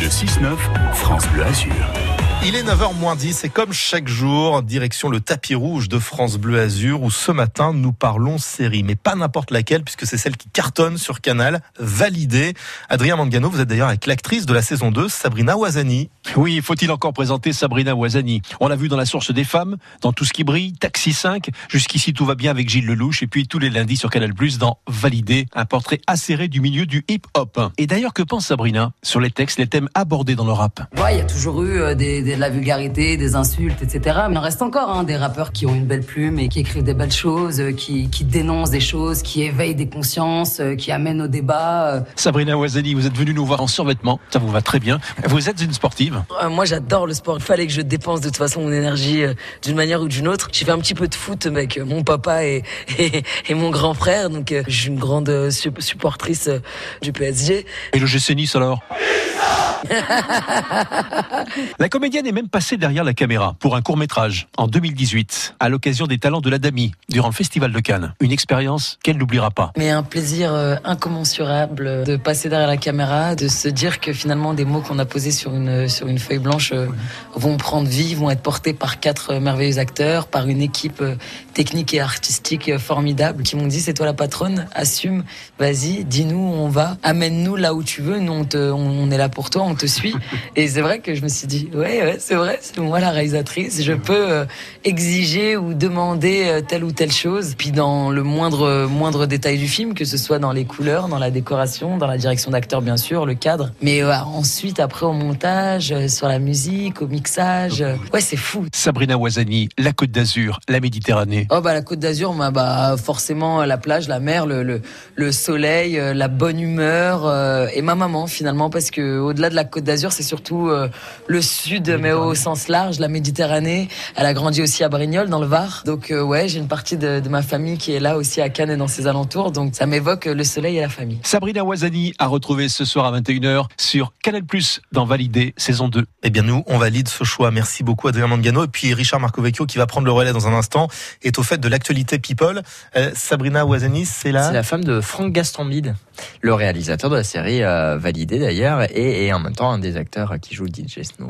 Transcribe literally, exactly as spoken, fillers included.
Le six neuf, France Bleu Azur. Il est neuf heures moins dix et comme chaque jour, direction le tapis rouge de France Bleu Azur où ce matin nous parlons série, mais pas n'importe laquelle puisque c'est celle qui cartonne sur Canal, Validé. Adrien Mangano, vous êtes d'ailleurs avec l'actrice de la saison deux, Sabrina Ouazani. Oui, faut-il encore présenter Sabrina Ouazani? On l'a vu dans La Source des Femmes, dans Tout ce qui brille, Taxi cinq, jusqu'ici tout va bien avec Gilles Lelouch et puis tous les lundis sur Canal plus, dans Validé, un portrait acéré du milieu du hip-hop. Et d'ailleurs, que pense Sabrina sur les textes, les thèmes abordés dans le rap? Ouais, il y a toujours eu euh, des, des de la vulgarité, des insultes, et cetera. Mais il en reste encore hein, des rappeurs qui ont une belle plume et qui écrivent des belles choses, euh, qui, qui dénoncent des choses, qui éveillent des consciences, euh, qui amènent au débat. Euh. Sabrina Ouazani, vous êtes venue nous voir en survêtement, ça vous va très bien. Vous êtes une sportive. Euh, moi, j'adore le sport. Il fallait que je dépense de toute façon mon énergie euh, d'une manière ou d'une autre. J'ai fait un petit peu de foot avec euh, mon papa et, et, et mon grand frère, donc euh, je suis une grande euh, supportrice euh, du P S G. Et le G C Nice alors? La comédienne est même passée derrière la caméra pour un court-métrage en deux mille dix-huit à l'occasion des Talents de l'Adami durant le Festival de Cannes. Une expérience qu'elle n'oubliera pas. Mais un plaisir euh, incommensurable de passer derrière la caméra, de se dire que finalement des mots qu'on a posés sur une sur une feuille blanche euh, vont prendre vie, vont être portés par quatre euh, merveilleux acteurs, par une équipe euh, technique et artistique euh, formidable qui m'ont dit c'est toi la patronne, assume, vas-y, dis-nous où on va, amène-nous là où tu veux, nous on, te, on, on est là pour toi, on te suit. Et c'est vrai que je me suis dit, ouais, ouais c'est vrai, c'est moi la réalisatrice, je peux euh, exiger ou demander euh, telle ou telle chose. Puis dans le moindre moindre détail du film, que ce soit dans les couleurs, dans la décoration, dans la direction d'acteur bien sûr, le cadre. Mais euh, ensuite, après au montage, euh, sur la musique, au mixage, euh, ouais, c'est fou. Sabrina Ouazani, la Côte d'Azur, la Méditerranée. Oh bah la Côte d'Azur, bah, bah forcément la plage, la mer, le le, le soleil, euh, la bonne humeur euh, et ma maman finalement, parce que au-delà de la Côte d'Azur, c'est surtout euh, le sud, mais au sens large, la Méditerranée. Elle a grandi aussi à Brignoles, dans le Var. Donc euh, ouais, j'ai une partie de, de ma famille qui est là aussi à Cannes et dans ses alentours. Donc ça m'évoque le soleil et la famille. Sabrina Ouazani à retrouver ce soir à vingt et une heures sur Canal plus, dans Validé, saison deux. Eh bien nous, on valide ce choix. Merci beaucoup Adrien Mangano. Et puis Richard Marcovecchio qui va prendre le relais dans un instant est au fait de l'actualité People. Euh, Sabrina Ouazani, c'est là. C'est la femme de Franck Gastambide, le réalisateur de la série euh, Validé d'ailleurs, et, et en même temps un des acteurs qui joue D J Snow.